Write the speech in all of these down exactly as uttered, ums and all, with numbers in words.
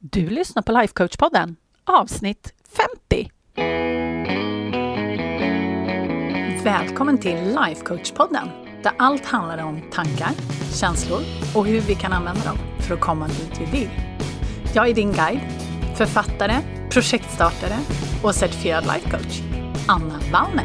Du lyssnar på Life Coach-podden, avsnitt femtio. Välkommen till Life Coach-podden, där allt handlar om tankar, känslor och hur vi kan använda dem för att komma dit vi vill. Jag är din guide, författare, projektstartare och certifierad life coach, Anna Wallner.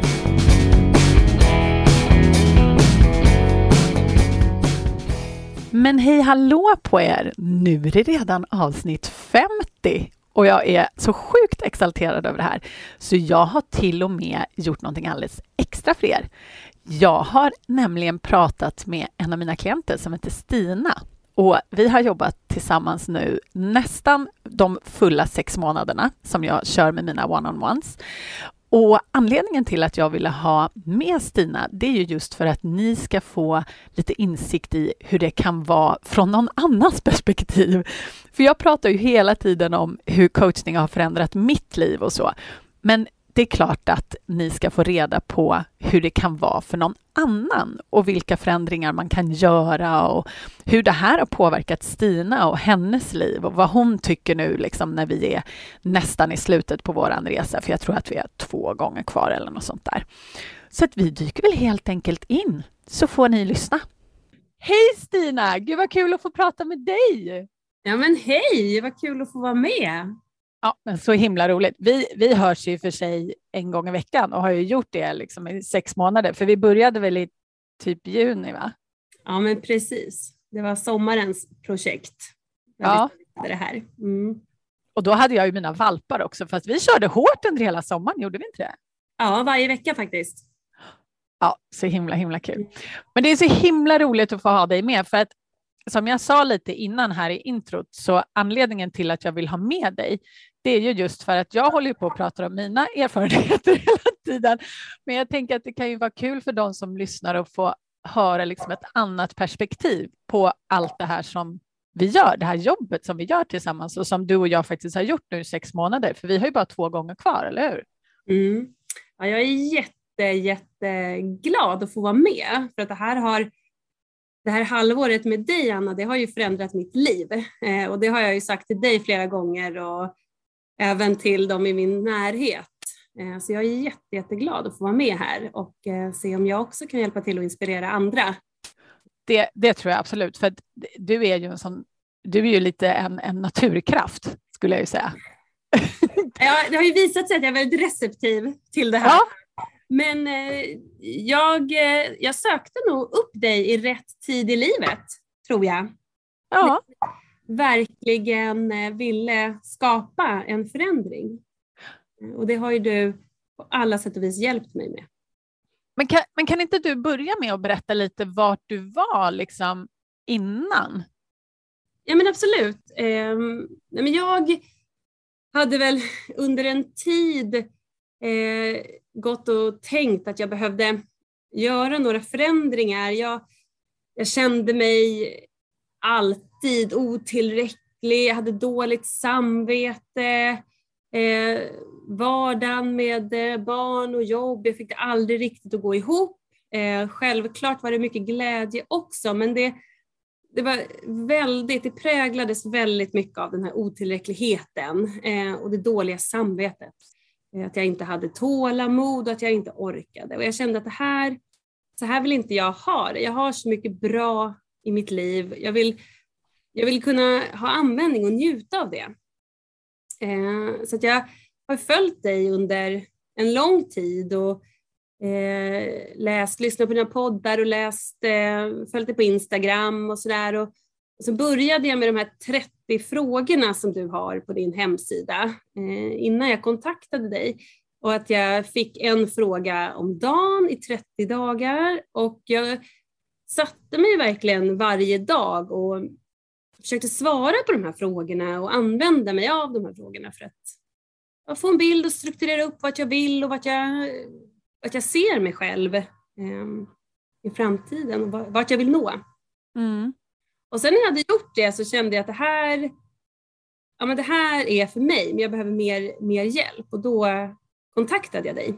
Men hej hallå på er! Nu är det redan avsnitt femtio och jag är så sjukt exalterad över det här. Så jag har till och med gjort någonting alldeles extra för er. Jag har nämligen pratat med en av mina klienter som heter Stina. Och vi har jobbat tillsammans nu nästan de fulla sex månaderna som jag kör med mina one-on-ones. Och anledningen till att jag ville ha med Stina, det är ju just för att ni ska få lite insikt i hur det kan vara från någon annans perspektiv. För jag pratar ju hela tiden om hur coachning har förändrat mitt liv och så. Men det är klart att ni ska få reda på hur det kan vara för någon annan och vilka förändringar man kan göra och hur det här har påverkat Stina och hennes liv och vad hon tycker nu liksom när vi är nästan i slutet på våran resa, för jag tror att vi är två gånger kvar eller något sånt där. Så att vi dyker väl helt enkelt in, så får ni lyssna. Hej Stina, gud vad kul att få prata med dig! Ja men hej, vad kul att få vara med! Ja, men så himla roligt. Vi, vi hörs ju för sig en gång i veckan och har ju gjort det liksom i sex månader. För vi började väl i typ juni, va? Ja, men precis. Det var sommarens projekt. Ja. Det här. Mm. Och då hade jag ju mina valpar också. Fast vi körde hårt under hela sommaren, gjorde vi inte det? Ja, varje vecka faktiskt. Ja, så himla himla kul. Men det är så himla roligt att få ha dig med. För att som jag sa lite innan här i introt, så anledningen till att jag vill ha med dig, det är ju just för att jag håller på att prata om mina erfarenheter hela tiden. Men jag tänker att det kan ju vara kul för de som lyssnar att få höra liksom ett annat perspektiv på allt det här som vi gör, det här jobbet som vi gör tillsammans och som du och jag faktiskt har gjort nu i sex månader. För vi har ju bara två gånger kvar, eller hur? Mm. Ja, jag är jätte, jätteglad att få vara med, för att det här har Det här halvåret med dig, Anna, det har ju förändrat mitt liv. Eh, och det har jag ju sagt till dig flera gånger och även till dem i min närhet. Eh, så jag är jätte, jätteglad att få vara med här och eh, se om jag också kan hjälpa till att inspirera andra. Det, det tror jag absolut, för att du är ju en sån, du är ju lite en, en naturkraft, skulle jag ju säga. Ja, det har ju visat sig att jag är väldigt receptiv till det här. Ja. Men eh, jag, eh, jag sökte nog upp dig i rätt tid i livet, tror jag. Ja. Verkligen eh, ville skapa en förändring. Och det har ju du på alla sätt och vis hjälpt mig med. Men kan, men kan inte du börja med att berätta lite vart du var liksom innan? Ja men absolut. Eh, men jag hade väl under en tid eh, gått och tänkt att jag behövde göra några förändringar. Jag, jag kände mig alltid otillräcklig. Jag hade dåligt samvete. Eh, vardagen med barn och jobb. Jag fick det aldrig riktigt att gå ihop. Eh, självklart var det mycket glädje också. Men det, det var väldigt, det präglades väldigt mycket av den här otillräckligheten. Eh, och det dåliga samvetet. Att jag inte hade tålamod och att jag inte orkade. Och jag kände att det här, så här vill inte jag ha det. Jag har så mycket bra i mitt liv. Jag vill, jag vill kunna ha användning och njuta av det. Eh, så att jag har följt dig under en lång tid och eh, läst, lyssnat på dina poddar och läst, eh, följt dig på Instagram och sådär. Och, och så började jag med de här trettio frågorna som du har på din hemsida eh, innan jag kontaktade dig. Och att jag fick en fråga om dagen i trettio dagar. Och jag satte mig verkligen varje dag och försökte svara på de här frågorna och använda mig av de här frågorna för att få en bild och strukturera upp vad jag vill och vad jag, vad jag ser mig själv eh, i framtiden och vart jag vill nå. Mm. Och sen när jag hade gjort det så kände jag att det här, ja, men det här är för mig, men jag behöver mer, mer hjälp. Och då kontaktade jag dig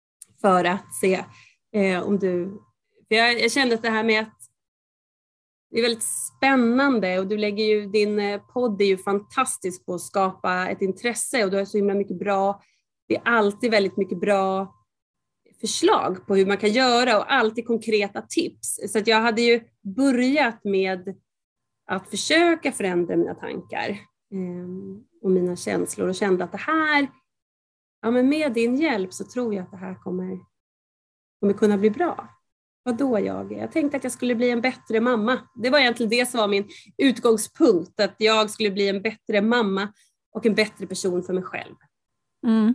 för att se eh, om du... För jag, jag kände att det här med att det är väldigt spännande och du lägger ju, din podd är ju fantastisk på att skapa ett intresse och du har så himla mycket bra, det är alltid väldigt mycket bra förslag på hur man kan göra och alltid konkreta tips. Så att jag hade ju börjat med att försöka förändra mina tankar eh, och mina känslor och kände att det här, ja men med din hjälp så tror jag att det här kommer, kommer kunna bli bra. Vad då jag? Jag tänkte att jag skulle bli en bättre mamma. Det var egentligen det som var min utgångspunkt, att jag skulle bli en bättre mamma och en bättre person för mig själv. Mm.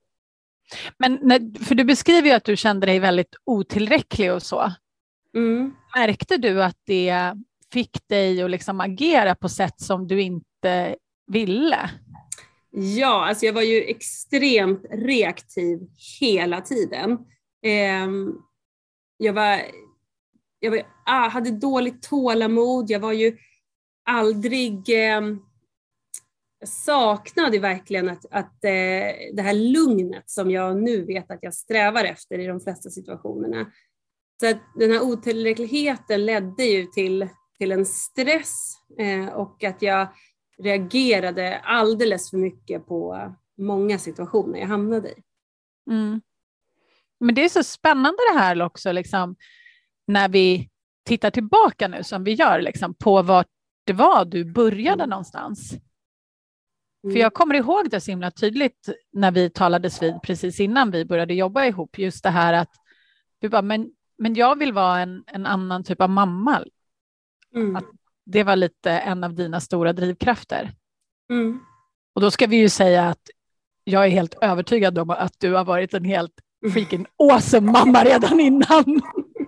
Men när, för du beskriver ju att du kände dig väldigt otillräcklig och så. Mm. Märkte du att det fick dig att liksom agera på sätt som du inte ville? Ja, alltså jag var ju extremt reaktiv hela tiden. Eh, jag var, jag var, ah, hade dåligt tålamod. Jag var ju aldrig... Eh, jag saknade verkligen att, att eh, det här lugnet som jag nu vet att jag strävar efter i de flesta situationerna. Så att den här otillräckligheten ledde ju till, till en stress eh, och att jag reagerade alldeles för mycket på många situationer jag hamnade i. Mm. Men det är så spännande det här också, liksom, när vi tittar tillbaka nu som vi gör liksom, på vart det var du började mm. någonstans. Mm. För jag kommer ihåg det så himla tydligt när vi talades vid precis innan vi började jobba ihop. Just det här att du bara, men, men jag vill vara en, en annan typ av mamma. Mm. Att det var lite en av dina stora drivkrafter. Mm. Och då ska vi ju säga att jag är helt övertygad om att du har varit en helt freaking awesome mamma redan innan.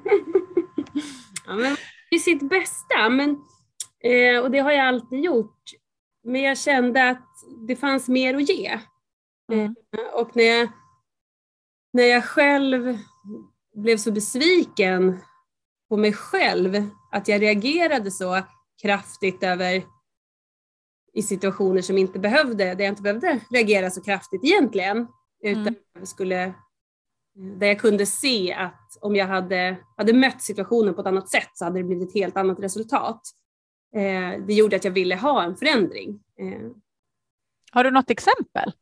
Ja, men i sitt bästa, men, eh, och det har jag alltid gjort. Men jag kände att det fanns mer att ge. Mm. Eh, och när jag, när jag själv blev så besviken på mig själv, att jag reagerade så kraftigt över i situationer som inte behövde, där jag inte behövde reagera så kraftigt egentligen, utan mm. skulle, där jag kunde se att om jag hade, hade mött situationen på ett annat sätt så hade det blivit ett helt annat resultat. Eh, det gjorde att jag ville ha en förändring. Eh. Har du något exempel?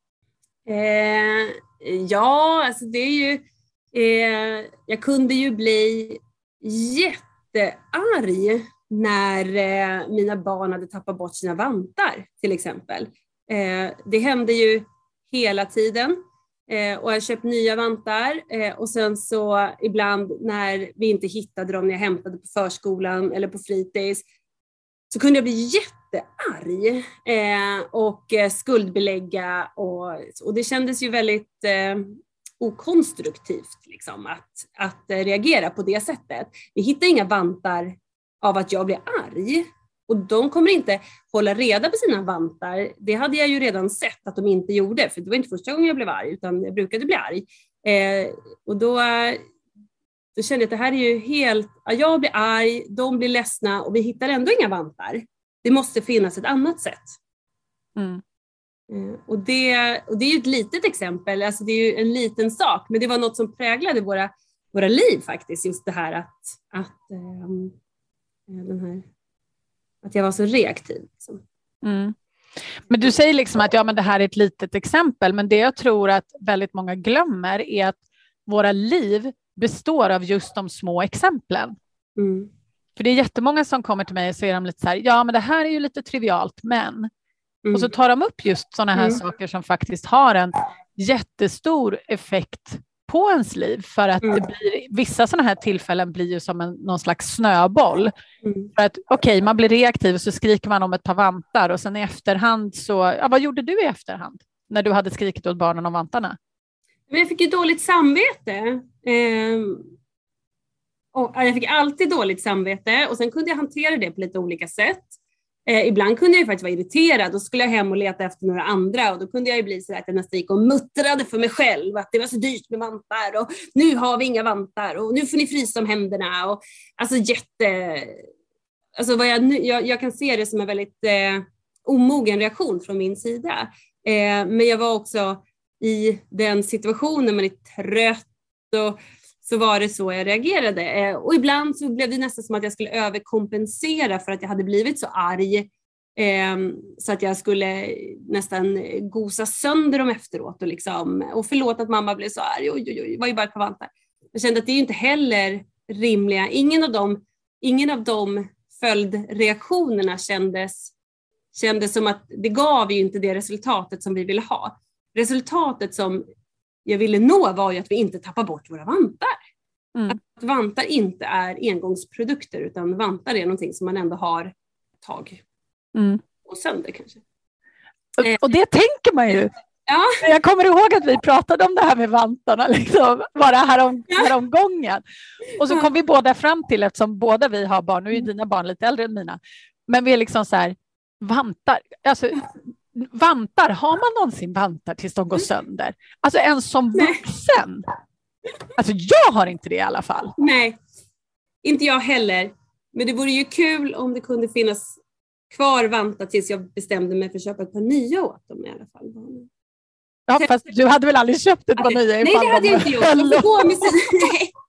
Eh, ja, alltså det är ju, eh, jag kunde ju bli jättearg när eh, mina barn hade tappat bort sina vantar till exempel. Eh, det hände ju hela tiden eh, och jag köpte nya vantar eh, och sen så ibland när vi inte hittade dem när jag hämtade på förskolan eller på fritids så kunde jag bli jättearg eh, och eh, skuldbelägga och, och det kändes ju väldigt eh, okonstruktivt liksom, att, att eh, reagera på det sättet. Vi hittar inga vantar av att jag blir arg och de kommer inte hålla reda på sina vantar. Det hade jag ju redan sett att de inte gjorde, för det var inte första gången jag blev arg utan jag brukade bli arg. Eh, och då, då kände jag att det här är ju helt, jag blir arg, de blir ledsna och vi hittar ändå inga vantar. Det måste finnas ett annat sätt. Mm. Eh, och, det, och det är ju ett litet exempel, alltså det är ju en liten sak, men det var något som präglade våra, våra liv faktiskt, just det här att, att um, den här, att jag var så reaktiv. Liksom. Mm. Men du säger liksom att ja, men det här är ett litet exempel, men det jag tror att väldigt många glömmer är att våra liv består av just de små exemplen. Mm. För det är jättemånga som kommer till mig och säger de lite så här, ja men det här är ju lite trivialt, men mm. och så tar de upp just sådana här mm. saker som faktiskt har en jättestor effekt på ens liv, för att mm. det blir, vissa sådana här tillfällen blir ju som en, någon slags snöboll. Mm. För att okej, okay, man blir reaktiv och så skriker man om ett par vantar och sen i efterhand så, ja, vad gjorde du i efterhand när du hade skrikit åt barnen om vantarna? Men jag fick ju dåligt samvete. Eh, och jag fick alltid dåligt samvete och sen kunde jag hantera det på lite olika sätt. Eh, ibland kunde jag ju faktiskt vara irriterad och skulle jag hem och leta efter några andra och då kunde jag ju bli så att jag nästan gick och muttrade för mig själv att det var så dyrt med vantar och nu har vi inga vantar och nu får ni frysa om händerna och alltså jätte alltså vad jag, jag, jag kan se det som en väldigt eh, omogen reaktion från min sida, eh, men jag var också i den situationen, man är trött och så var det så jag reagerade. Eh, och ibland så blev det nästan som att jag skulle överkompensera för att jag hade blivit så arg. Eh, så att jag skulle nästan gosa sönder dem efteråt. Och, liksom, och förlåt att mamma blev så arg. Oj, oj, oj, det var ju bara ett par vantar. Jag kände att det är ju inte heller rimliga. Ingen av dem, ingen av de följdreaktionerna kändes, kändes som att det gav ju inte det resultatet som vi ville ha. Resultatet som jag ville nå var ju att vi inte tappar bort våra vantar. Mm. Att vantar inte är engångsprodukter, utan vantar är någonting som man ändå har ett tag. Mm. Och sönder kanske. Och, och det tänker man ju. Ja. Jag kommer ihåg att vi pratade om det här med vantarna liksom, bara härom, häromgången. Och så kom vi båda fram till, eftersom båda vi har barn, nu är dina barn lite äldre än mina, men vi är liksom så här, vantar, alltså vantar, har man någonsin vantar tills de går sönder? Alltså en som vuxen. Alltså jag har inte det i alla fall. Nej, inte jag heller. Men det vore ju kul om det kunde finnas kvar vantar tills jag bestämde mig för att köpa ett par nya åt dem i alla fall. Ja, fast du hade väl aldrig köpt ett par nya? Nej, det hade jag inte gjort. Jag gå med sin...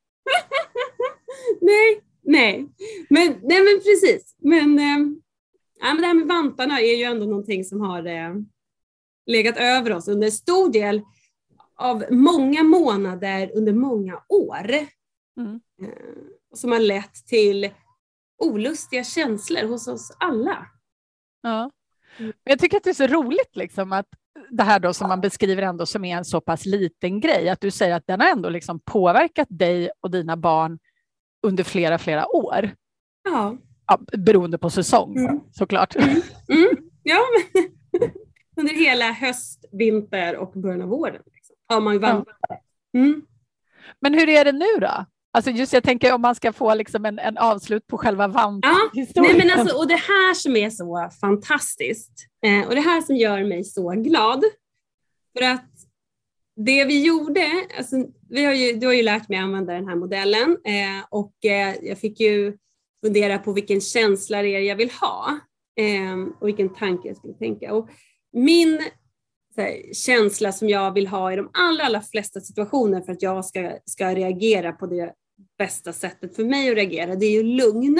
nej, nej. Men, nej, men precis. Men, äh, ja, men det här med vantarna är ju ändå någonting som har äh, legat över oss under stor del av många månader under många år. Mm. Äh, som har lett till olustiga känslor hos oss alla. Ja. Men jag tycker att det är så roligt liksom att det här då som man beskriver ändå som är en så pass liten grej, att du säger att den har ändå liksom påverkat dig och dina barn under flera, flera år. Ja. Ja, beroende på säsong, mm. såklart. Mm. Mm. Ja, men under hela höst, vinter och början av våren liksom, har man ju vandrat. Ja. Mm. Men hur är det nu då? Alltså just jag tänker om man ska få liksom en, en avslut på själva vanthistorien. Ja, nej men alltså, och det här som är så fantastiskt. Eh, och det här som gör mig så glad. För att det vi gjorde, alltså, vi har ju, du har ju lärt mig att använda den här modellen. Eh, och eh, jag fick ju fundera på vilken känsla det är jag vill ha. Eh, och vilken tanke jag skulle tänka. Och min så här, känsla som jag vill ha i de allra, allra flesta situationer för att jag ska, ska reagera på det bästa sättet för mig att reagera, det är ju lugn.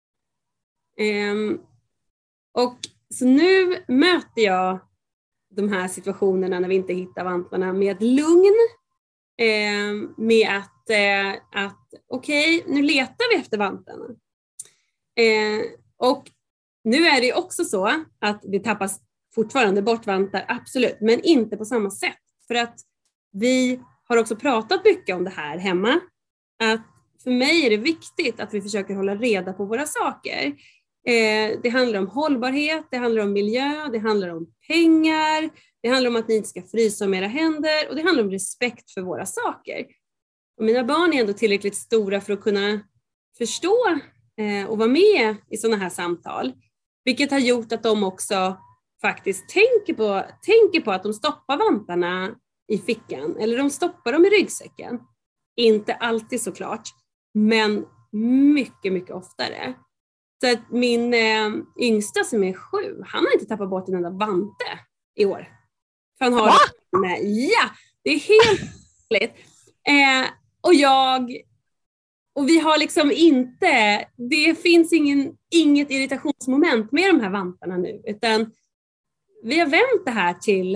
Um, och så nu möter jag de här situationerna när vi inte hittar vantlarna med lugn. Um, med att, uh, att okej, okay, nu letar vi efter vantlarna. Uh, och nu är det också så att det tappas fortfarande bort vantar, absolut, men inte på samma sätt. För att vi har också pratat mycket om det här hemma. Att för mig är det viktigt att vi försöker hålla reda på våra saker. Eh, det handlar om hållbarhet, det handlar om miljö, det handlar om pengar, det handlar om att ni inte ska frysa om era händer och det handlar om respekt för våra saker. Och mina barn är ändå tillräckligt stora för att kunna förstå eh, och vara med i sådana här samtal. Vilket har gjort att de också faktiskt tänker på, tänker på att de stoppar vantarna i fickan eller de stoppar dem i ryggsäcken. Inte alltid såklart, men mycket, mycket oftare. Så att min eh, yngsta som är sju, han har inte tappat bort en enda vante i år. För han har Va? det med. Ja, det är helt rätt. Eh, och jag, och vi har liksom inte, det finns ingen, inget irritationsmoment med de här vantarna nu, utan vi har vänt det här till,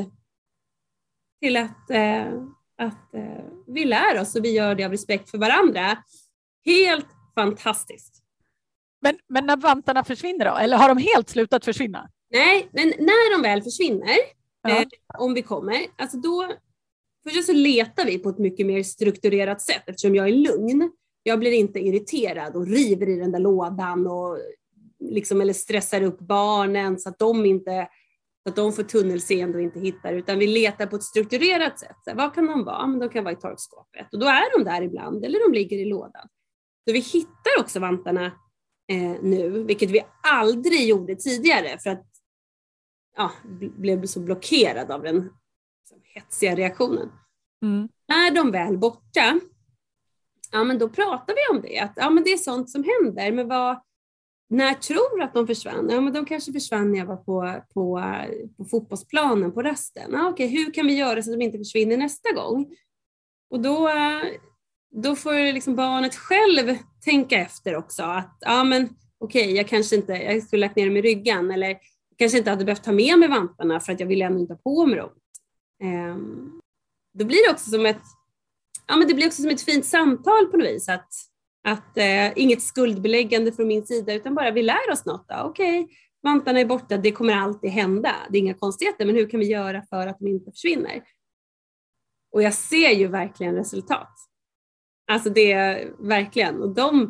till att, eh, att eh, vi lär oss och vi gör det av respekt för varandra. Helt fantastiskt. Men, men när vantarna försvinner då? Eller har de helt slutat försvinna? Nej, men när de väl försvinner, ja. eh, om vi kommer, alltså då först så letar vi på ett mycket mer strukturerat sätt eftersom jag är lugn. Jag blir inte irriterad och river i den där lådan och liksom, eller stressar upp barnen så att de inte så att de får tunnelseende och inte hittar, utan vi letar på ett strukturerat sätt. Så här, vad kan de vara? Men de kan vara i torkskåpet och då är de där ibland eller de ligger i lådan. Så vi hittar också vantarna eh, nu, vilket vi aldrig gjorde tidigare för att ja, blev så blockerad av den liksom, hetsiga reaktionen. Mm. Är de väl borta, ja men då pratar vi om det. Att, ja men det är sånt som händer, men vad, när tror du att de försvann? Ja men de kanske försvann när jag var på, på, på fotbollsplanen på rasten. Ja, okej, hur kan vi göra så att de inte försvinner nästa gång? Och då, då får liksom barnet själv tänka efter också. Att ja, men okej, okay, jag kanske inte, jag skulle lagt ner dem i ryggen. Eller kanske inte hade behövt ta med mig vantarna för att jag ville ändå inte ha på mig dem. Um, då blir det också som ett, ja, men det blir också som ett fint samtal på något vis. Att, att uh, inget skuldbeläggande från min sida, utan bara vi lär oss något. Okej, okay, vantarna är borta, det kommer alltid hända. Det är inga konstigheter, men hur kan vi göra för att de inte försvinner? Och jag ser ju verkligen resultat. Alltså det är verkligen. Och de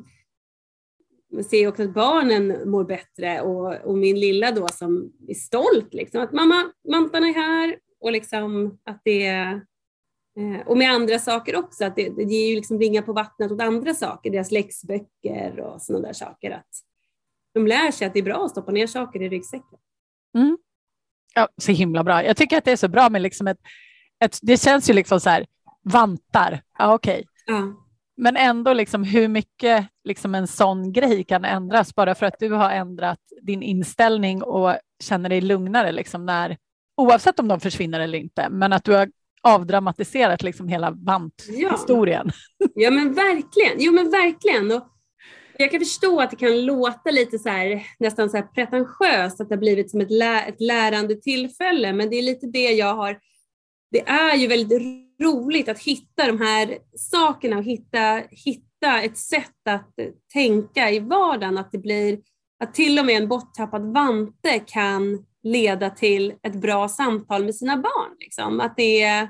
ser också att barnen mår bättre. Och, och min lilla då som är stolt. Liksom, att mamma, vantarna är här. Och liksom att det är... Och med andra saker också. Att det, det ger ju liksom ringa på vattnet åt andra saker. Deras läxböcker och sådana där saker. Att de lär sig att det är bra att stoppa ner saker i ryggsäcken. Mm. Ja, så himla bra. Jag tycker att det är så bra med liksom ett... ett det känns ju liksom så här... Vantar. Ja, okej. Okay. Ja. Men ändå liksom hur mycket liksom en sån grej kan ändras bara för att du har ändrat din inställning och känner dig lugnare liksom när, oavsett om de försvinner eller inte, men att du har avdramatiserat liksom hela vanthistorien. Ja. ja men verkligen, jo men verkligen. Och jag kan förstå att det kan låta lite så här, nästan så här pretentiöst att det har blivit som ett, lä- ett lärande tillfälle, men det är lite det jag har. Det är ju väldigt roligt att hitta de här sakerna och hitta, hitta ett sätt att tänka i vardagen. Att det blir, att till och med en borttappad vante kan leda till ett bra samtal med sina barn. Liksom. Att det,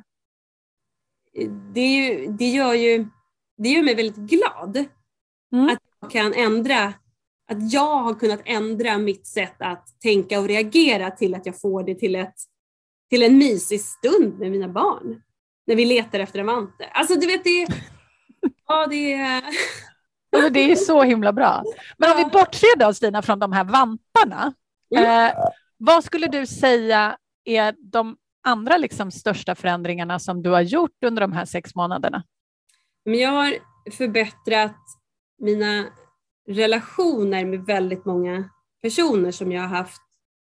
det, är ju, det, gör ju, det gör mig väldigt glad mm. att jag kan ändra, att jag har kunnat ändra mitt sätt att tänka och reagera till att jag får det till ett till en mysig stund med mina barn. När vi letar efter en vante. Alltså du vet det... ja det är... ja, det är så himla bra. Men om vi bortser då Stina från de här vantarna. Mm. Eh, vad skulle du säga är de andra liksom största förändringarna som du har gjort under de här sex månaderna? Men jag har förbättrat mina relationer med väldigt många personer som jag har haft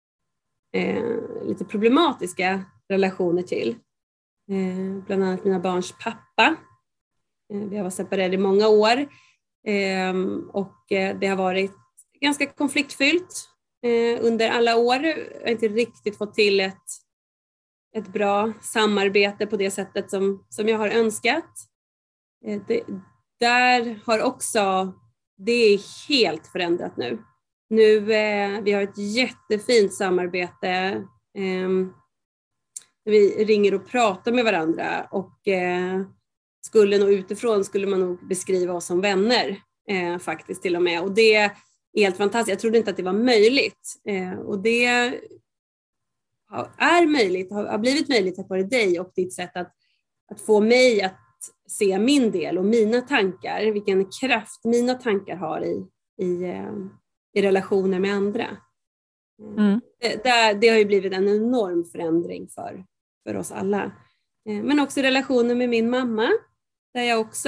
Eh, lite problematiska relationer till. Eh, bland annat mina barns pappa. Eh, vi har varit separerade i många år. Eh, och eh, det har varit ganska konfliktfyllt eh, under alla år. Jag har inte riktigt fått till ett, ett bra samarbete på det sättet som, som jag har önskat. Eh, det, där har också, det är helt förändrat nu. Nu, eh, vi har ett jättefint samarbete. Eh, vi ringer och pratar med varandra och eh, skulle nog utifrån skulle man nog beskriva oss som vänner eh, faktiskt till och med. Och det är helt fantastiskt. Jag trodde inte att det var möjligt. Eh, och det är möjligt, har blivit möjligt tack vare dig och ditt sätt att, att få mig att se min del och mina tankar. Vilken kraft mina tankar har i, i eh, i relationer med andra. Mm. Det, det, det har ju blivit en enorm förändring för, för oss alla. Men också relationer med min mamma. Där jag också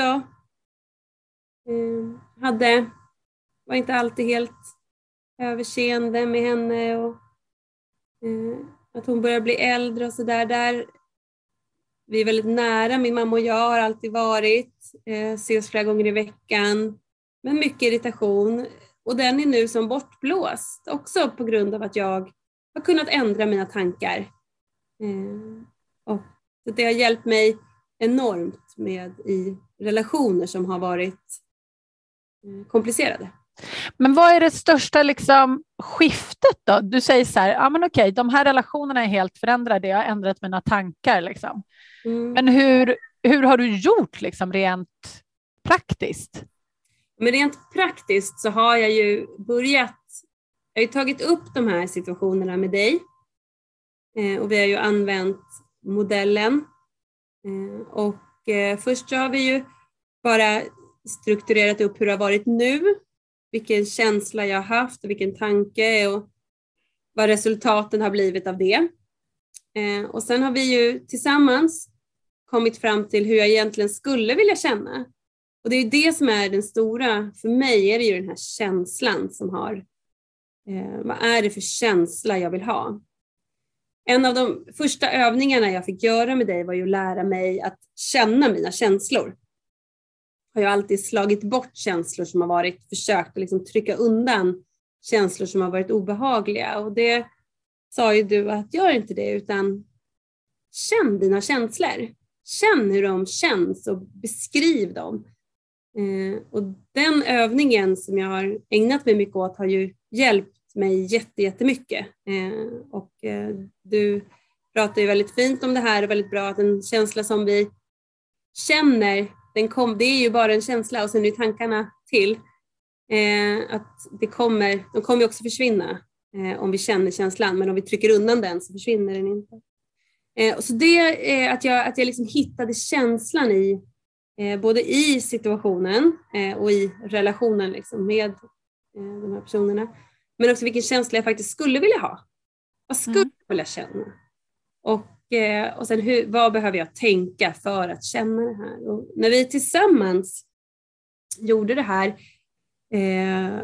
eh, hade, var inte alltid helt överseende med henne. Och eh, att hon börjar bli äldre och sådär. Där vi är väldigt nära, min mamma och jag har alltid varit. Eh, ses flera gånger i veckan. Men mycket irritation. Och den är nu som bortblåst. Också på grund av att jag har kunnat ändra mina tankar. Eh, och det har hjälpt mig enormt med i relationer som har varit eh, komplicerade. Men vad är det största liksom, skiftet då? Du säger så här, ja men okej, de här relationerna är helt förändrade. Jag har ändrat mina tankar liksom. Mm. Men hur, hur har du gjort liksom rent praktiskt? Men rent praktiskt så har jag ju börjat, jag har ju tagit upp de här situationerna med dig. Eh, och vi har ju använt modellen. Eh, och eh, först så har vi ju bara strukturerat upp hur det har varit nu. Vilken känsla jag har haft och vilken tanke och vad resultaten har blivit av det. Eh, och sen har vi ju tillsammans kommit fram till hur jag egentligen skulle vilja känna. Och det är det som är den stora, för mig är det ju den här känslan som har, eh, vad är det för känsla jag vill ha? En av de första övningarna jag fick göra med dig var ju att lära mig att känna mina känslor. har jag alltid slagit bort känslor som har varit, försökt att liksom trycka undan känslor som har varit obehagliga. Och det sa ju du att gör inte det, utan känn dina känslor. Känn hur de känns och beskriv dem. Eh, och den övningen som jag har ägnat mig mycket åt har ju hjälpt mig jätte, jättemycket. Eh, och eh, du pratar ju väldigt fint om det här och väldigt bra att en känsla som vi känner, den kom, det är ju bara en känsla och sen är tankarna till. Eh, att det kommer, de kommer ju också försvinna eh, om vi känner känslan, men om vi trycker undan den så försvinner den inte. Eh, så det är att jag, att jag liksom hittade känslan i eh, både i situationen eh, och i relationen liksom med eh, de här personerna, men också vilken känsla jag faktiskt skulle vilja ha. Vad skulle mm. jag vilja känna? Och, eh, och sen hur, vad behöver jag tänka för att känna det här? Och när vi tillsammans gjorde det här eh,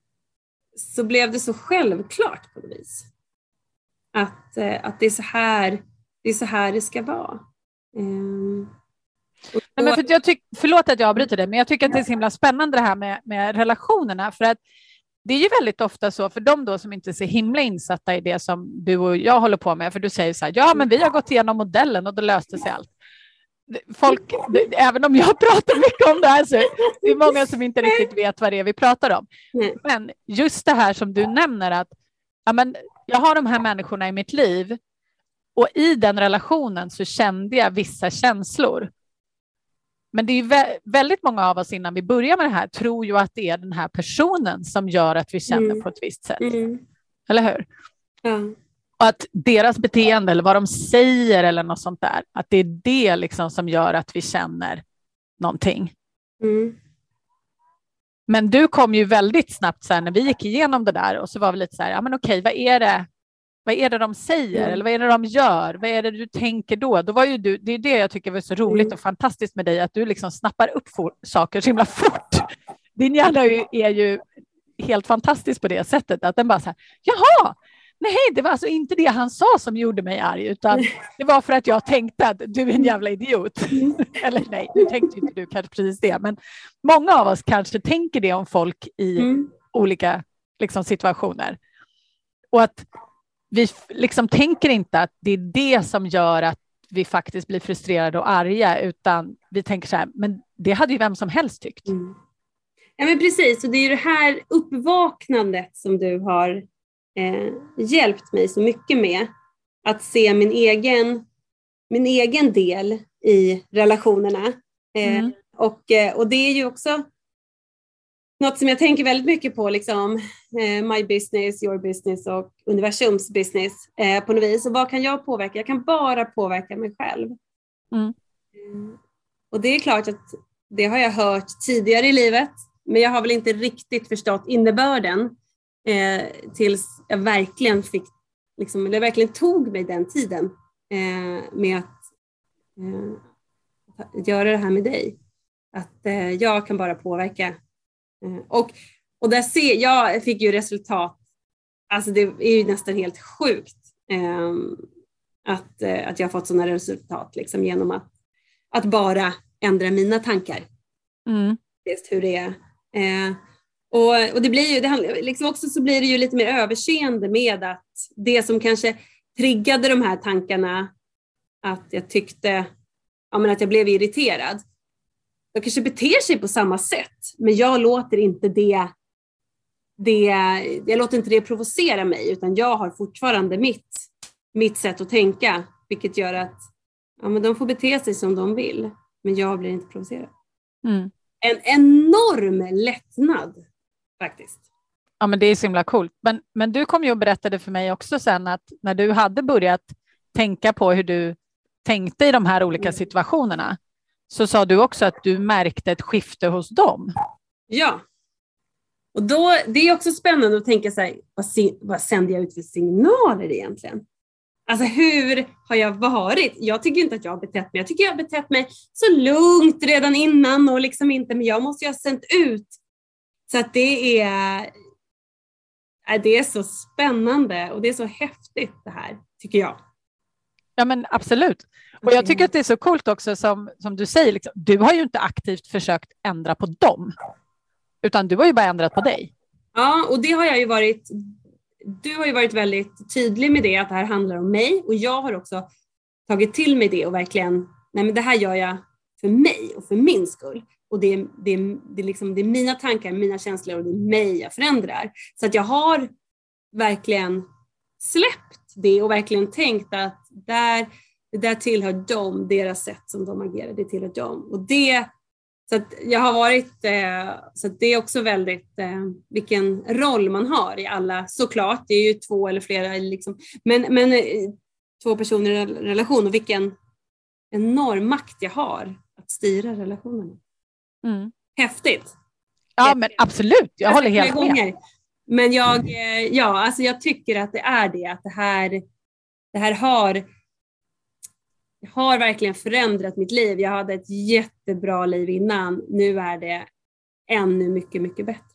så blev det så självklart på något vis. Att, eh, att det är så här det är så här det ska vara. Um, då... Nej, men för jag tyck, förlåt att jag avbryter det, men jag tycker att det är så himla spännande det här med, med relationerna, för att det är ju väldigt ofta så för de då som inte är så himla insatta i det som du och jag håller på med, för du säger så här, ja men vi har gått igenom modellen och då löste sig allt. Folk, även om jag pratar mycket om det här så det är många som inte riktigt vet vad det är vi pratar om. Men just det här som du nämner att ja, men jag har de här människorna i mitt liv och i den relationen så kände jag vissa känslor. Men det är vä- väldigt många av oss innan vi börjar med det här tror ju att det är den här personen som gör att vi känner mm. på ett visst sätt. Mm. Eller hur? Ja. Och att deras beteende eller vad de säger eller något sånt där, att det är det liksom som gör att vi känner någonting. Mm. Men du kom ju väldigt snabbt så här, när vi gick igenom det där och så var vi lite så här, ja men okej, vad är det? Vad är det de säger? Mm. Eller vad är det de gör? Vad är det du tänker då? Då var ju du, det är det jag tycker var så roligt mm. och fantastiskt med dig, att du liksom snappar upp for, saker så himla fort. Din hjärna är ju, är ju helt fantastisk på det sättet, att den bara så här, jaha, nej, det var alltså inte det han sa som gjorde mig arg, utan det var för att jag tänkte att du är en jävla idiot. Mm. Eller nej, nu tänkte inte du kanske precis det, men många av oss kanske tänker det om folk i mm. olika liksom, situationer. Och att vi liksom tänker inte att det är det som gör att vi faktiskt blir frustrerade och arga, utan vi tänker så här, men det hade ju vem som helst tyckt. Mm. Ja men precis, och det är ju det här uppvaknandet som du har eh, hjälpt mig så mycket med. Att se min egen, min egen del i relationerna. Eh, mm. och, och det är ju också något som jag tänker väldigt mycket på, liksom, eh, my business, your business och universums business eh, på något vis. Och vad kan jag påverka? Jag kan bara påverka mig själv. Mm. Eh, och det är klart att det har jag hört tidigare i livet, men jag har väl inte riktigt förstått innebörden eh, tills jag verkligen fick, liksom, eller verkligen tog mig den tiden eh, med att eh, göra det här med dig. Att eh, jag kan bara påverka. Och, och där ser, jag fick ju resultat, alltså det är ju nästan helt sjukt eh, att, eh, att jag har fått sådana resultat liksom, genom att, att bara ändra mina tankar. Mm. Just hur det är. Eh, och, och det blir ju, det, liksom också så blir det ju lite mer överseende med att det som kanske triggade de här tankarna, att jag tyckte, ja, men att jag blev irriterad. Jag kanske beter sig på samma sätt, men jag låter inte det, det, jag låter inte det provocera mig, utan jag har fortfarande mitt, mitt sätt att tänka, vilket gör att ja, men de får bete sig som de vill, men jag blir inte provocerad. Mm. En enorm lättnad faktiskt. Ja, men det är så himla coolt. Men, men du kom ju och berättade för mig också sen att när du hade börjat tänka på hur du tänkte i de här olika situationerna, så sa du också att du märkte ett skifte hos dem. Ja. Och då, det är också spännande att tänka så här, vad, vad sänder jag ut för signaler egentligen? Alltså hur har jag varit? Jag tycker inte att jag har betett mig. Jag tycker jag har betett mig så lugnt redan innan och liksom inte, men jag måste ju ha sänt ut. Så att det är, det är så spännande och det är så häftigt det här, tycker jag. Ja, men absolut. Och jag tycker att det är så coolt också som, som du säger, liksom, du har ju inte aktivt försökt ändra på dem, utan du har ju bara ändrat på dig. Ja, och det har jag ju varit, du har ju varit väldigt tydlig med det, att det här handlar om mig, och jag har också tagit till mig det och verkligen, nej men det här gör jag för mig och för min skull. Och det är, det är, det är, liksom, det är mina tankar, mina känslor, och det är mig jag förändrar. Så att jag har verkligen släppt det och verkligen tänkt att där, det där tillhör dem, deras sätt som de agerar, det tillhör dem. Och det, så att jag har varit, eh, så att det är också väldigt, eh, vilken roll man har i alla, såklart, det är ju två eller flera, liksom, men, men eh, två personer i en relation, och vilken enorm makt jag har att styra relationerna. Mm. Häftigt. Ja, Häftigt. Men absolut, jag håller helt med. Men jag, ja, alltså jag tycker att det är det, att det här, det här har, har verkligen förändrat mitt liv. Jag hade ett jättebra liv innan, nu är det ännu mycket, mycket bättre.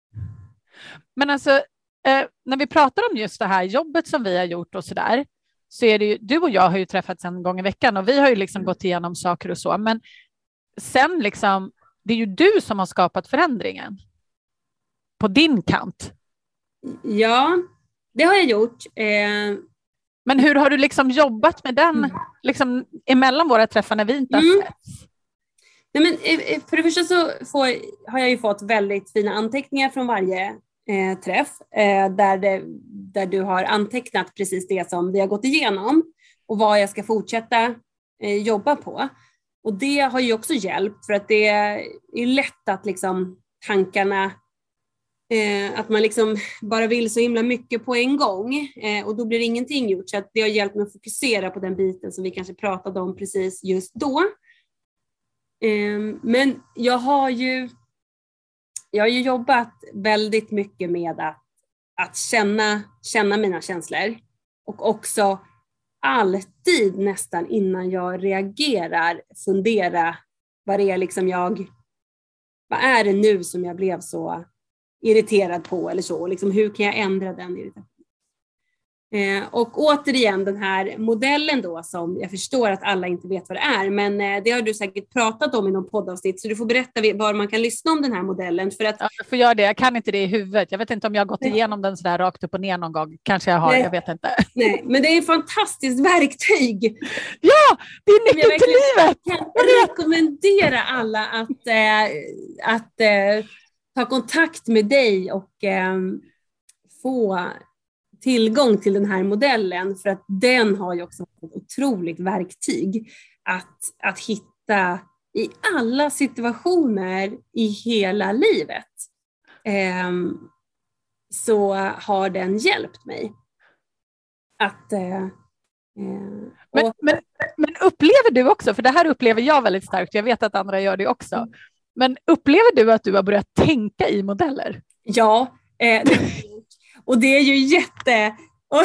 Men alltså, eh, när vi pratar om just det här jobbet som vi har gjort och sådär, så är det ju, du och jag har ju träffats en gång i veckan och vi har ju liksom gått igenom saker och så, men sen liksom, det är ju du som har skapat förändringen på din kant. Ja, det har jag gjort. Eh... Men hur har du liksom jobbat med den mm. liksom emellan våra träffar när vi inte har mm. setts? Nej, men för det första så får, har jag ju fått väldigt fina anteckningar från varje eh, träff eh, där, det, där du har antecknat precis det som vi har gått igenom och vad jag ska fortsätta eh, jobba på. Och det har ju också hjälpt, för att det är lätt att liksom tankarna, eh, att man liksom bara vill så himla mycket på en gång eh, och då blir ingenting gjort. Så att det har hjälpt mig att fokusera på den biten som vi kanske pratade om precis just då. Eh, men jag har ju, jag har ju jobbat väldigt mycket med att, att känna, känna mina känslor, och också alltid nästan innan jag reagerar fundera vad det är liksom jag, vad är det nu som jag blev så irriterad på eller så, liksom hur kan jag ändra den irritationen. Eh, och återigen den här modellen då, som jag förstår att alla inte vet vad det är, men eh, det har du säkert pratat om i någon poddavsnitt, så du får berätta var man kan lyssna om den här modellen. För att... Ja, jag får göra det, jag kan inte det i huvudet, jag vet inte om jag har gått igenom den sådär rakt upp och ner någon gång, kanske jag har, Nej. jag vet inte. Nej, men det är ett fantastiskt verktyg. Ja, det är nyckeln till livet! Jag kan rekommendera alla att, eh, att eh, ta kontakt med dig och eh, få tillgång till den här modellen, för att den har ju också ett otroligt verktyg att, att hitta i alla situationer i hela livet. Eh, så har den hjälpt mig att... Eh, men, och... men, men upplever du också, för det här upplever jag väldigt starkt, jag vet att andra gör det också, mm. men upplever du att du har börjat tänka i modeller? Ja, eh, det och det är ju jätte... Och,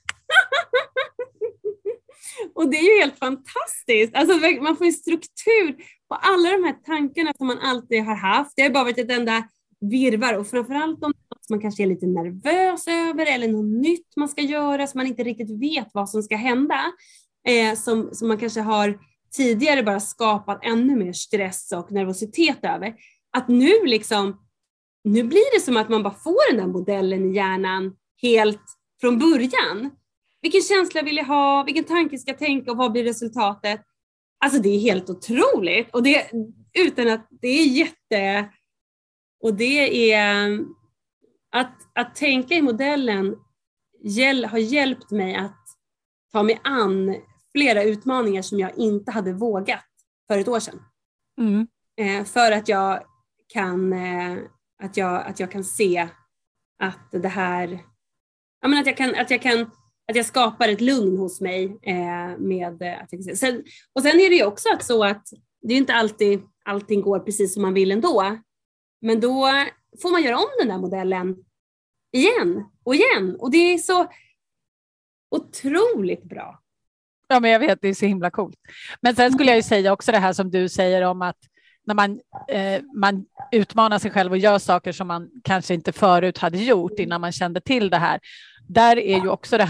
och det är ju helt fantastiskt. Alltså man får ju struktur på alla de här tankarna som man alltid har haft. Det har bara varit ett enda virvar, och framförallt om man kanske är lite nervös över eller något nytt man ska göra som man inte riktigt vet vad som ska hända. Eh, som, som man kanske har tidigare bara skapat ännu mer stress och nervositet över. Att nu liksom... Nu blir det som att man bara får den där modellen i hjärnan helt från början. Vilken känsla vill jag ha? Vilken tanke ska jag tänka? Och vad blir resultatet? Alltså det är helt otroligt. Och det, utan att det är jätte... Och det är... Att, att tänka i modellen hjäl, har hjälpt mig att ta mig an flera utmaningar som jag inte hade vågat för ett år sedan. Mm. Eh, för att jag kan... Eh, Att jag, att jag kan se att det här, ja, men att jag kan, att jag kan, att jag skapar ett lugn hos mig eh, med att jag kan se. Sen, och sen är det ju också att så att det är inte alltid allting går precis som man vill ändå. Men då får man göra om den där modellen igen och igen. Och det är så otroligt bra. Ja, men jag vet, det är så himla coolt. Men sen skulle jag ju säga också det här som du säger om att när man, eh, man utmanar sig själv och gör saker som man kanske inte förut hade gjort innan man kände till det här. Där är ju också det här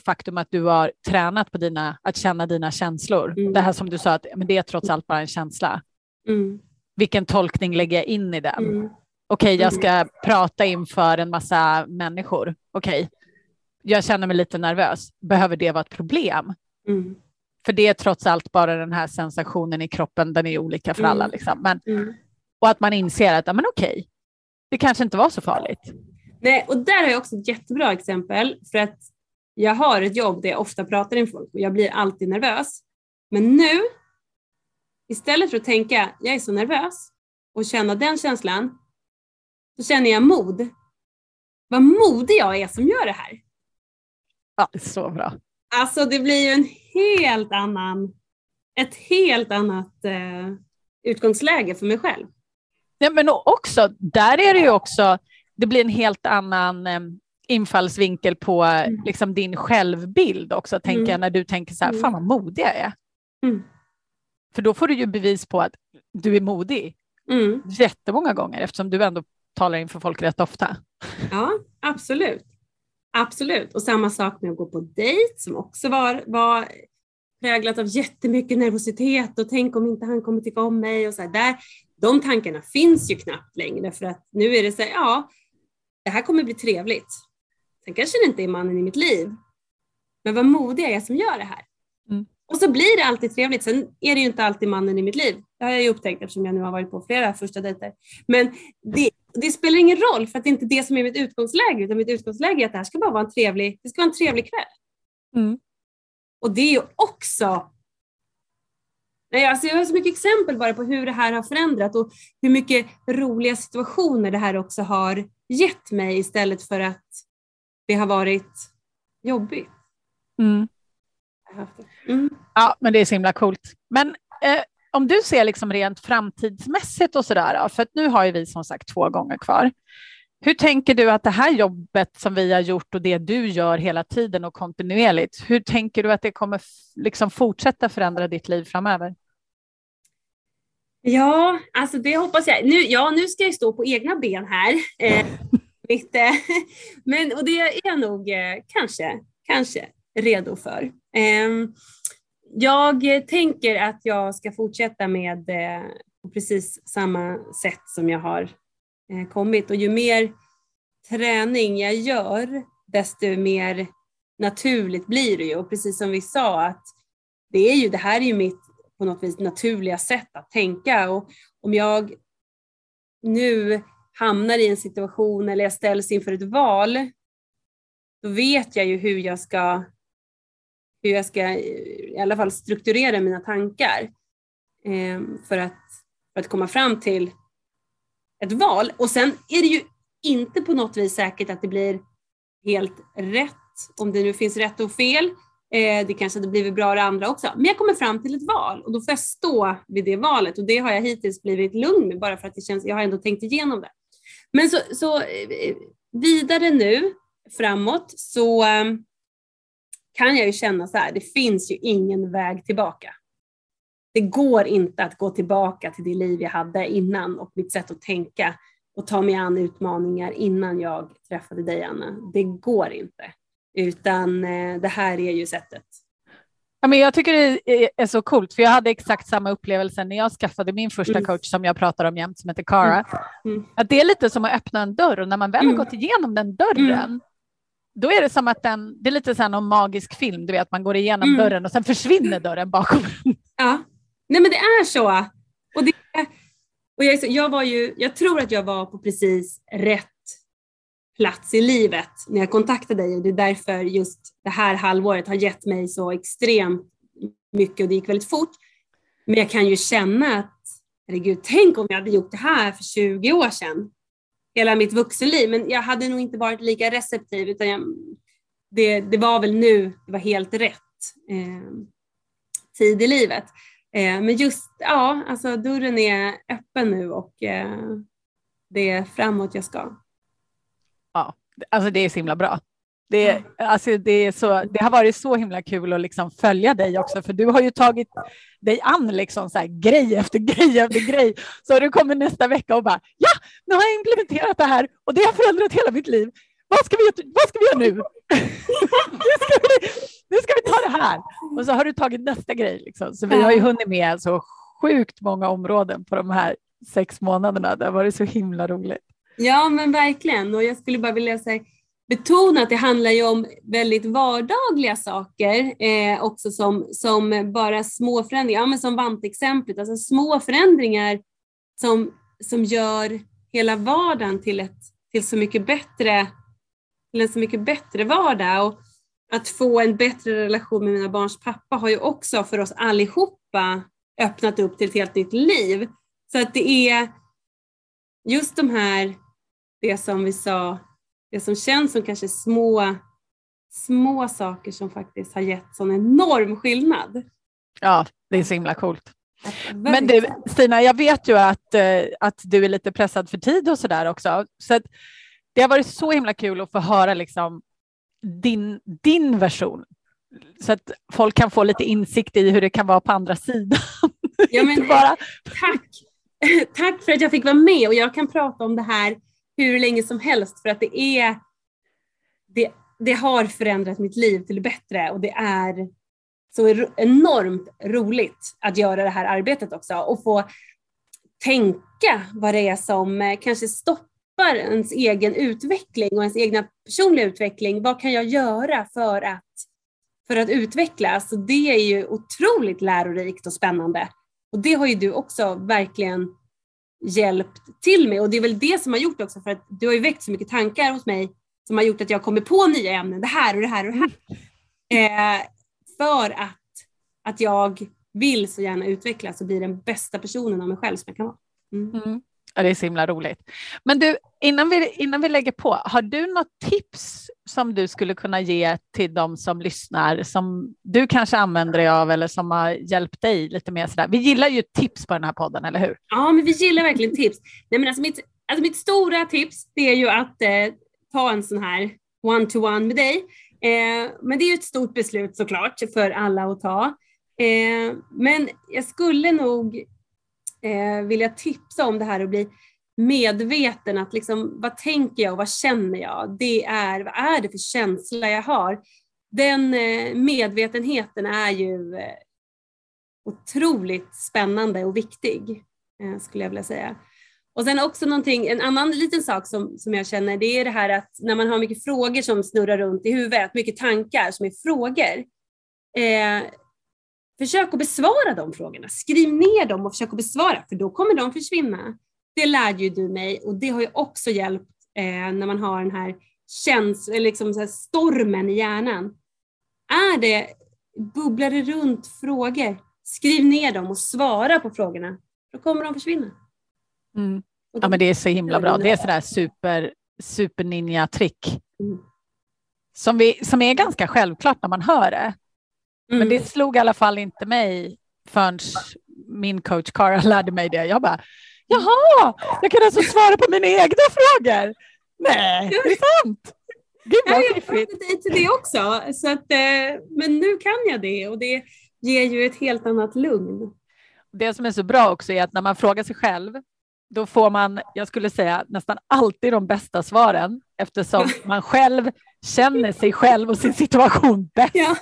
faktum att du har tränat på dina, att känna dina känslor. Mm. Det här som du sa, att men det är trots allt bara en känsla. Mm. Vilken tolkning lägger jag in i den? Mm. Okej, okay, jag ska prata inför en massa människor. Okej, okay. Jag känner mig lite nervös. Behöver det vara ett problem? Mm. För det är trots allt bara den här sensationen i kroppen. Den är olika för mm. alla. Liksom. Men, mm. Och att man inser att men okej, okay, det kanske inte var så farligt. Nej, och där har jag också ett jättebra exempel. För att jag har ett jobb där jag ofta pratar inför folk. Och jag blir alltid nervös. Men nu, istället för att tänka jag är så nervös och känna den känslan, så känner jag mod. Vad modig jag är som gör det här. Ja, det är så bra. Alltså det blir ju en helt annan, ett helt annat eh, utgångsläge för mig själv. Ja, men också, där är det ju också, det blir en helt annan eh, infallsvinkel på mm. liksom din självbild också, tänker mm. jag, när du tänker så här, fan vad modig jag är. Mm. För då får du ju bevis på att du är modig. Mm. Jättemånga gånger, eftersom du ändå talar inför folk rätt ofta. Ja, absolut. Absolut. Och samma sak med att gå på dejt, som också var, var präglat av jättemycket nervositet. Och tänk om inte han kommer tycka om mig. Och så här, där, de tankarna finns ju knappt längre. För att nu är det så här, ja, det här kommer bli trevligt. Sen kanske det inte är mannen i mitt liv. Men vad modig jag är som gör det här. Mm. Och så blir det alltid trevligt. Sen är det ju inte alltid mannen i mitt liv. Det har jag ju upptäckt eftersom jag nu har varit på flera första dejter. Men det, det spelar ingen roll, för att det är inte det som är mitt utgångsläge. Utan mitt utgångsläge är att det här ska bara vara en trevlig, det ska vara en trevlig kväll. Mm. Och det är ju också... Nej, alltså jag har så mycket exempel bara på hur det här har förändrat. Och hur mycket roliga situationer det här också har gett mig. Istället för att det har varit jobbigt. Mm. Mm. Ja, men det är så himla coolt. Men eh, om du ser liksom rent framtidsmässigt och sådär, för att nu har ju vi som sagt två gånger kvar. Hur tänker du att det här jobbet som vi har gjort och det du gör hela tiden och kontinuerligt, hur tänker du att det kommer f- liksom fortsätta förändra ditt liv framöver? Ja, alltså det hoppas jag. Nu, ja, nu ska jag stå på egna ben här. Eh, lite. Men, och det är jag nog eh, kanske, kanske redo för. Eh, jag tänker att jag ska fortsätta med eh, på precis samma sätt som jag har eh, kommit. Och ju mer träning jag gör, desto mer naturligt blir det ju. Och precis som vi sa, att det är ju, det här är ju mitt på något vis naturliga sätt att tänka. Och om jag nu hamnar i en situation eller jag ställs inför ett val, då vet jag ju hur jag ska hur jag ska i alla fall strukturera mina tankar eh, för, att, för att komma fram till ett val. Och sen är det ju inte på något vis säkert att det blir helt rätt, om det nu finns rätt och fel. Eh, det kanske hade blivit bra det andra också. Men jag kommer fram till ett val och då får jag stå vid det valet. Och det har jag hittills blivit lugn med, bara för att det känns, jag har ändå tänkt igenom det. Men så, så vidare nu framåt så eh, kan jag ju känna så här, det finns ju ingen väg tillbaka. Det går inte att gå tillbaka till det liv jag hade innan och mitt sätt att tänka och ta mig an utmaningar innan jag träffade dig, Anna. Det går inte. Utan eh, det här är ju sättet. Ja, men jag tycker det är så coolt, för jag hade exakt samma upplevelse när jag skaffade min första Mm. coach som jag pratar om jämt, som heter Cara. Mm. Att det är lite som att öppna en dörr, och när man väl har Mm. gått igenom den dörren, Mm. då är det som att den, det är lite så här någon magisk film, du vet, man går igenom Mm. dörren och sen försvinner dörren bakom. Ja, nej men det är så. Och, det, och jag, är så, jag var ju, jag tror att jag var på precis rätt plats i livet när jag kontaktade dig. Och det är därför just det här halvåret har gett mig så extremt mycket och det gick väldigt fort. Men jag kan ju känna att, herregud, tänk om jag hade gjort det här för tjugo år sedan. Hela mitt vuxenliv. Men jag hade nog inte varit lika receptiv, utan jag, det, det var väl nu, det var helt rätt eh, tid i livet. Eh, men just, ja, alltså dörren är öppen nu och eh, det är framåt jag ska. Ja, alltså det är så himla bra. Det, är, alltså det, är så, det har varit så himla kul att liksom följa dig också, för du har ju tagit dig an liksom så här, grej efter grej efter grej. Så du kommer nästa vecka och bara, ja, nu har jag implementerat det här och det har förändrat hela mitt liv. vad ska vi, vad ska vi göra nu? nu, ska vi, nu ska vi ta det här. Och så har du tagit nästa grej. Liksom. Så vi har ju hunnit med så sjukt många områden på de här sex månaderna. Det har varit så himla roligt. Ja, men verkligen. Och jag skulle bara vilja säga, betona att det handlar ju om väldigt vardagliga saker. Eh, också som, som bara små förändringar. Ja, men som vantexemplet. Alltså små förändringar som, som gör hela vardagen till, ett, till, så mycket bättre, till en så mycket bättre vardag. Och att få en bättre relation med mina barns pappa har ju också för oss allihopa öppnat upp till ett helt nytt liv. Så att det är just de här, det som vi sa, det som känns som kanske små, små saker som faktiskt har gett sån enorm skillnad. Ja, det är så himla coolt. Men du, Stina, jag vet ju att, att du är lite pressad för tid och sådär också. Så att det har varit så himla kul att få höra liksom din, din version. Så att folk kan få lite insikt i hur det kan vara på andra sidan. Ja, men, bara... Tack. Tack för att jag fick vara med, och jag kan prata om det här hur länge som helst, för att det är det, det har förändrat mitt liv till det bättre, och det är så enormt roligt att göra det här arbetet också och få tänka vad det är som kanske stoppar ens egen utveckling och ens egna personliga utveckling. Vad kan jag göra för att, för att utvecklas? Så det är ju otroligt lärorikt och spännande. Och det har ju du också verkligen hjälpt till med. Och det är väl det som har gjort också, för att du har ju väckt så mycket tankar hos mig som har gjort att jag kommer på nya ämnen. Det här och det här och det här. Eh, för att, att jag vill så gärna utvecklas och bli den bästa personen av mig själv som jag kan vara. Mm. Mm. Ja, det är så himla roligt. Men du, innan vi, innan vi lägger på, har du något tips som du skulle kunna ge till de som lyssnar, som du kanske använder dig av eller som har hjälpt dig lite mer sådär? Vi gillar ju tips på den här podden, eller hur? Ja, men vi gillar verkligen tips. Nej, men alltså mitt, alltså mitt stora tips, det är ju att eh, ta en sån här one-to-one med dig. Eh, men det är ju ett stort beslut såklart för alla att ta. Eh, men jag skulle nog eh, vilja tipsa om det här och bli medveten att liksom, vad tänker jag och vad känner jag? Det är, vad är det för känsla jag har? Den eh, medvetenheten är ju eh, otroligt spännande och viktig, eh, skulle jag vilja säga. Och sen också någonting, en annan liten sak som, som jag känner, det är det här att när man har mycket frågor som snurrar runt i huvudet, mycket tankar som är frågor, eh, försök att besvara de frågorna. Skriv ner dem och försök att besvara, för då kommer de försvinna. Det lärde ju du mig, och det har ju också hjälpt eh, när man har den här känslan, liksom så här stormen i hjärnan. Är det, bubblar det runt frågor, skriv ner dem och svara på frågorna. Då kommer de försvinna. Mm. Ja, men det är så himla bra. Det är sådär super, super ninja-trick. Mm. Som, vi, som är ganska självklart när man hör det. Mm. Men det slog i alla fall inte mig förrän min coach Cara lärde mig det. Jag bara, jaha, jag kan alltså svara på mina egna frågor. Nej, det är sant. Gud, ja, jag pratade dig till det också. Så att, men nu kan jag det, och det ger ju ett helt annat lugn. Det som är så bra också är att när man frågar sig själv, då får man, jag skulle säga, nästan alltid de bästa svaren, eftersom man själv känner sig själv och sin situation bäst. Ja.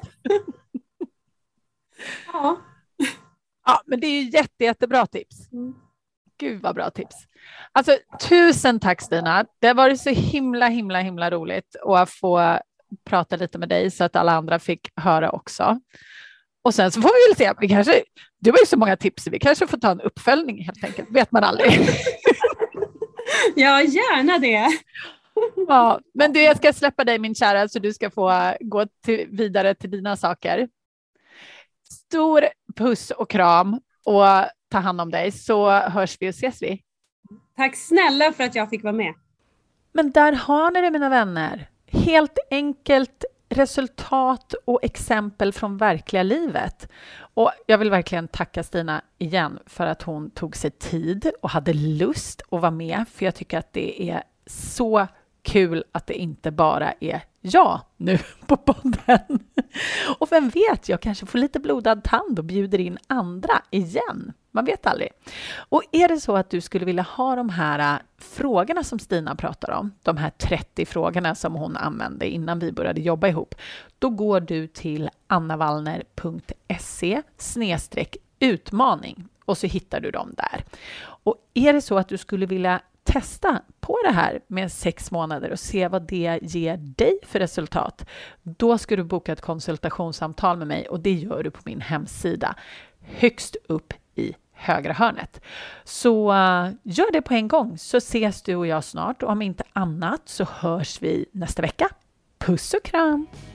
Ja. Ja, men det är ju jätte, jättebra tips. Mm. Gud vad bra tips. Alltså, tusen tack Stina. Det har varit så himla, himla, himla roligt att få prata lite med dig så att alla andra fick höra också. Och sen så får vi väl se, vi kanske, du har ju så många tips, vi kanske får ta en uppföljning helt enkelt, vet man aldrig. Ja, gärna det. Ja, men du, jag ska släppa dig min kära, så du ska få gå till, vidare till dina saker. Stor puss och kram, och ta hand om dig, så hörs vi och ses vi. Tack snälla för att jag fick vara med. Men där har ni det, mina vänner. Helt enkelt resultat och exempel från verkliga livet. Och jag vill verkligen tacka Stina igen för att hon tog sig tid och hade lust att vara med, för jag tycker att det är så Kul att det inte bara är jag nu på podden. Och vem vet, jag kanske får lite blodad tand och bjuder in andra igen. Man vet aldrig. Och är det så att du skulle vilja ha de här frågorna som Stina pratar om, de här trettio frågorna som hon använde innan vi började jobba ihop, då går du till annavallner.se snedstreck utmaning och så hittar du dem där. Och är det så att du skulle vilja testa på det här med sex månader och se vad det ger dig för resultat, då ska du boka ett konsultationssamtal med mig och det gör du på min hemsida högst upp i högra hörnet. Så uh, gör det på en gång så ses du och jag snart och om inte annat så hörs vi nästa vecka. Puss och kram!